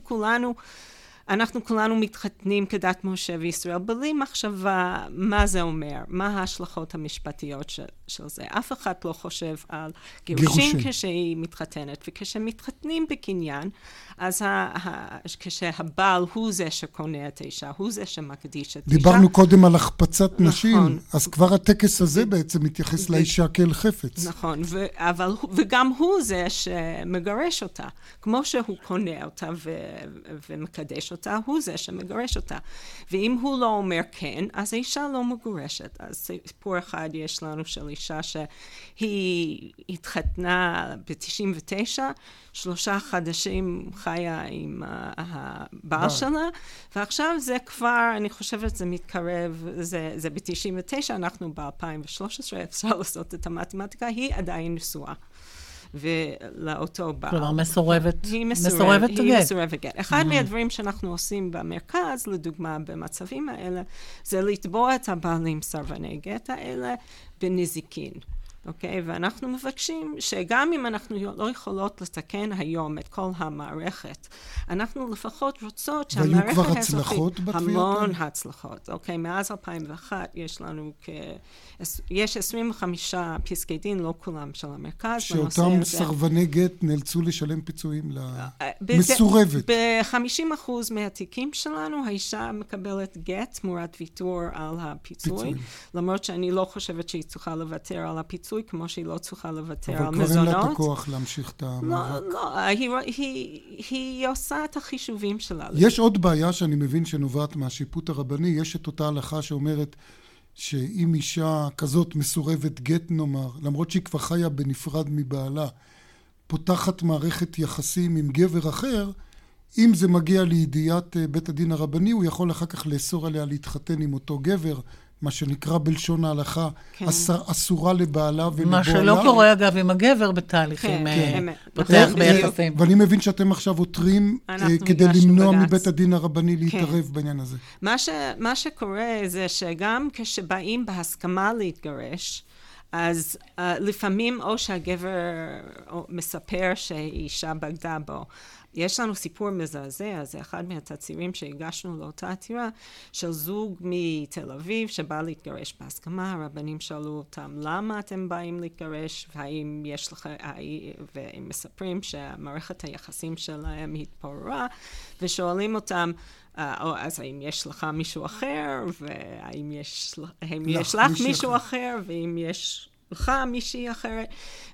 אנחנו כולנו מתחתנים כדת משה וישראל, בלי מחשבה מה זה אומר, מה ההשלכות המשפטיות של זה. אף אחד לא חושב על גירושים כשהיא מתחתנת, וכשמתחתנים בקניין, אז כשהבעל הוא זה שקונה את האישה, הוא זה שמקדיש את האישה. דיברנו קודם על החפצת נשים, אז כבר הטקס הזה בעצם מתייחס לאישה כאל חפץ. נכון, וגם הוא זה שמגרש אותה, כמו שהוא קונה אותה ומקדש אותה, הוא זה שמגרש אותה. ואם הוא לא אומר כן, אז האישה לא מגורשת. אז סיפור אחד יש לנו של אישה שהיא התחתנה ב-99, 3 חודשים חיה עם הבעל שלה, ועכשיו זה כבר, אני חושבת, זה מתקרב, זה ב-99, אנחנו ב-2013, אפשר לעשות את המתמטיקה, היא עדיין נשואה. ולאותו בעל. כלומר, מסורבת גט. היא מסורבת גט. אחד מהדברים שאנחנו עושים במרכז, לדוגמה במצבים האלה, זה לתבוע את הבעלים סרבני גט האלה בנזיקין. אוקיי? ואנחנו מבקשים שגם אם אנחנו לא יכולות לתקן היום את כל המערכת, אנחנו לפחות רוצות שהמערכת והיו כבר הצלחות בתביעות? המון הצלחות. אוקיי? מאז 2001 יש לנו יש 25 פסקי דין, לא כולם של המרכז. שאותם סרבני גט נאלצו לשלם פיצויים למסורבת. ב-50% מהתיקים שלנו, האישה מקבלת גט תמורת ויתור על הפיצוי. למרות שאני לא חושבת שהיא צריכה לוותר על הפיצוי, כמו שהיא לא צריכה לוותר על מזונות. אבל כבר אין לה את הכוח להמשיך את המאבק. לא, היא עושה את החישובים שלה. יש עוד בעיה שאני מבין שנובעת מהשיפוט הרבני, יש את אותה הלכה שאומרת שאם אישה כזאת מסורבת גט נאמר, למרות שהיא כבר חיה בנפרד מבעלה, פותחת מערכת יחסים עם גבר אחר, אם זה מגיע לידיעת בית הדין הרבני, הוא יכול אחר כך לאסור עליה להתחתן עם אותו גבר, מה שנקרא בלשון ההלכה, כן. אסורה לבעלה ולבועלה. מה שלא קורה אגב עם הגבר בתהליכים, פותח ביחסים. ואני מבין שאתם עכשיו עותרים כדי למנוע מבית הדין הרבני להתערב בעניין הזה. מה שקורה זה שגם כשבאים בהסכמה להתגרש, אז לפעמים או שהגבר מספר שאישה בגדה בו, יש לנו סיפור מזעזע, זה אחד מהתצהירים שהגשנו לאותה עתירה, של זוג מתל אביב שבא להתגרש בהסכמה, הרבנים שאלו אותם למה אתם באים להתגרש, והאם יש לך, והם מספרים שהמערכת היחסים שלהם התפוררה, ושואלים אותם, אז האם יש לך מישהו אחר, והאם יש לך מישהו אחר, ואם יש לך מישהי אחרת,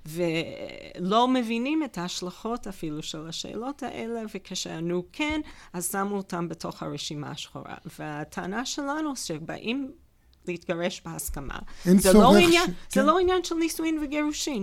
ולא מבינים את ההשלכות אפילו של השאלות האלה, וכשענו כן, אז שמו אותם בתוך הרשימה השחורה. והטענה שלנו שבאים להתגרש בהסכמה. זה לא עניין של נישואין וגירושין.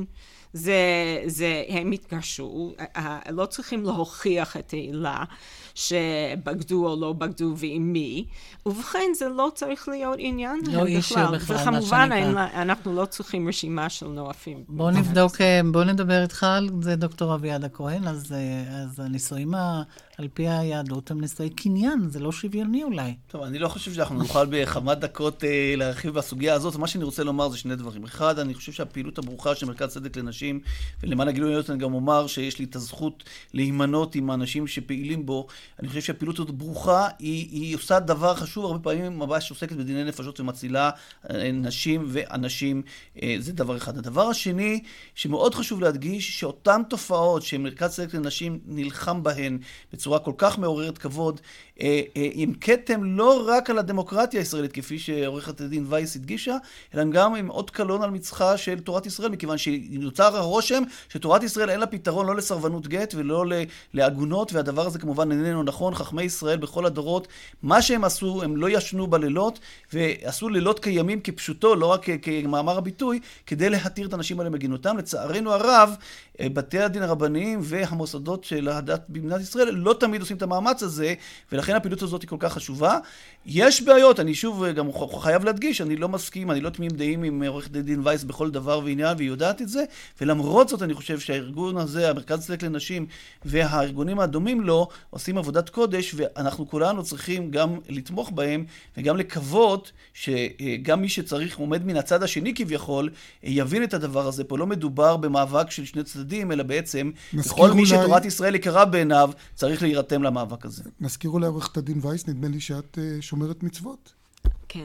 הם התגרשו, לא צריכים להוכיח את העילה שבגדו או לא בגדו ועם מי, ובכן זה לא צריך להיות עניין בכלל. וכמובן אנחנו לא צריכים רשימה של נואפים. בוא נדבר איתך על זה, דוקטור אביעד הכהן, אז הנישואים על פי היהדות הם נישואי קניין, זה לא שוויוני אולי. טוב, אני לא חושב שאנחנו נוכל בכמה דקות להרחיב בסוגיה הזאת. מה שאני רוצה לומר זה שני דברים. אחד, אני חושב שהפעילות הברוכה של מרכז צדק לנשים, ולמען הגילוי הנאות אני גם אומר שיש לי את הזכות להימנות עם האנשים שפעילים בו. אני חושב שהפעילות הזאת ברוכה, היא עושה דבר חשוב, הרבה פעמים ממש עוסקת בדיני נפשות ומצילה נשים ואנשים, זה דבר אחד. הדבר השני, שמאוד חשוב להדגיש, שאותן תופעות שמרכז צדק לנשים נלחם בהן בצורה כל כך מעוררת כבוד, עם כתם לא רק על הדמוקרטיה הישראלית, כפי שעורכת הדין וייס הדגישה, אלא גם עם עוד קלון על מצחה של תורת ישראל, מכיוון שנוצר הרושם שתורת ישראל אין לה פתרון לא לסרבנות גט ולא לעגונות, והדבר הזה כמובן איננו נכון. חכמי ישראל בכל הדורות, מה שהם עשו, הם לא ישנו בלילות, ועשו לילות כימים כפשוטו, לא רק כמאמר הביטוי, כדי להתיר את האנשים האלה מגינותם. לצערנו הרב, בתי הדין הרבניים והמוסדות של הדת במדינת ישראל לא תמיד עושים את המאמץ הזה, ולכן הפעילות הזאת היא כל כך חשובה. יש בעיות, אני שוב גם חייב להדגיש, אני לא מסכים, אני לא תמים דעים עם עורכת דין וייס בכל דבר ועניין, והיא יודעת את זה, ולמרות זאת אני חושב שהארגון הזה, המרכז צדק לנשים והארגונים הדומים לו, עושים עבודת קודש, ואנחנו כולנו צריכים גם לתמוך בהם, וגם לקוות שגם מי שצריך עומד מן הצד השני כביכול, יבין את הדבר הזה. פה לא מדובר במאבק של שני צדדים, אלא בעצם כל מי שתורת ישראל יקרה בעיניו, צריך להירתם למאבק הזה. נזכירו לעורכת הדין וייס, נדמה לי שאת שומרת מצוות. כן.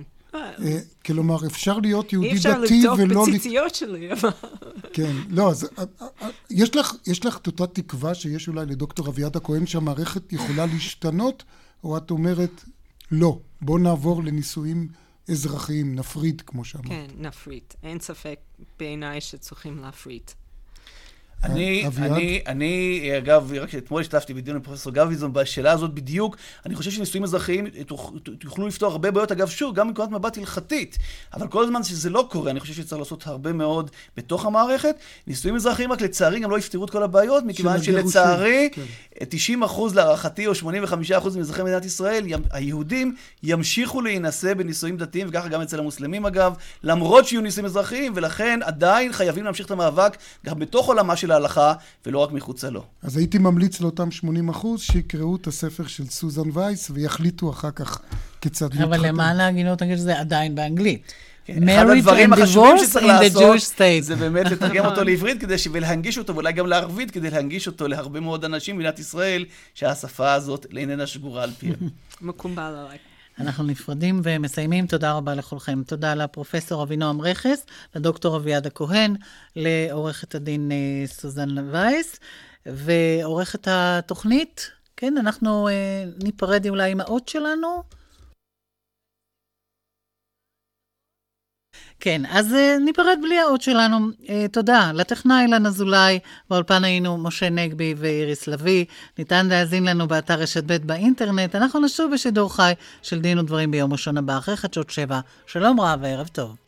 כלומר, אפשר להיות יהודי דתי ולא... אי אפשר לבדוק בציציות שלי. כן, לא, אז יש לך את אותה תקווה שיש אולי לדוקטור אביעד הכהן שהמערכת יכולה להשתנות, או את אומרת, לא, בוא נעבור לנישואים אזרחיים, נפריד, כמו שאמרת. כן, נפריד. אין ספק בעיניי שצריכים להפריד. אני, אגב, רק אתמול השתתפתי בדיון עם פרופסור גביזון בשאלה הזאת בדיוק. אני חושב שנישואים אזרחיים יוכלו לפתור הרבה בעיות, אגב, שוב, גם מנקודת מבט הלכתית, אבל כל הזמן שזה לא קורה, אני חושב שצריך לעשות הרבה מאוד בתוך המערכת. נישואים אזרחיים רק לצערי גם לא יפתרו את כל הבעיות, מכיוון שלצערי 90% להערכתי או 85% מאזרחי מדינת ישראל, היהודים ימשיכו להינשא בנישואים דתיים, וככה גם אצל המוסלמים אגב, למרות שיהיו נישואים אזרחיים, ולכן עדיין חייבים להמשיך את המאבק גם בתוך עולמה של ההלכה, ולא רק מחוצה לו. אז הייתי ממליץ לאותם 80% שיקראו את הספר של סוזן וייס, ויחליטו אחר כך כיצד להתחתן. אבל למען ההגינות נגיד שזה עדיין באנגלית. אחד הדברים החשובים שצריך לעשות, זה באמת לתרגם אותו לעברית, ולהנגיש אותו, ואולי גם לערבית, כדי להנגיש אותו להרבה מאוד אנשים במדינת ישראל, שהשפה הזאת איננה שגורה על פיהם. מקובל עליי. אנחנו נפרדים ומסיימים. תודה רבה לכולכם. תודה לפרופסור אבינועם רכס, לדוקטור אביעד הכהן, לעורכת הדין סוזן וייס, ועורכת התוכנית. כן, אנחנו ניפרד אולי עם האות שלנו. כן, אז ניפרד בלי האות שלנו. תודה לטכנאי אילן אזולאי, באולפן היינו משה נגבי ואיריס לוי. ניתן להאזין לנו באתר רשת ב' באינטרנט. אנחנו נשוב בשידור חי של דין ודברים ביום ראשון הבא, אחרי חדשות 7. שלום רב וערב טוב.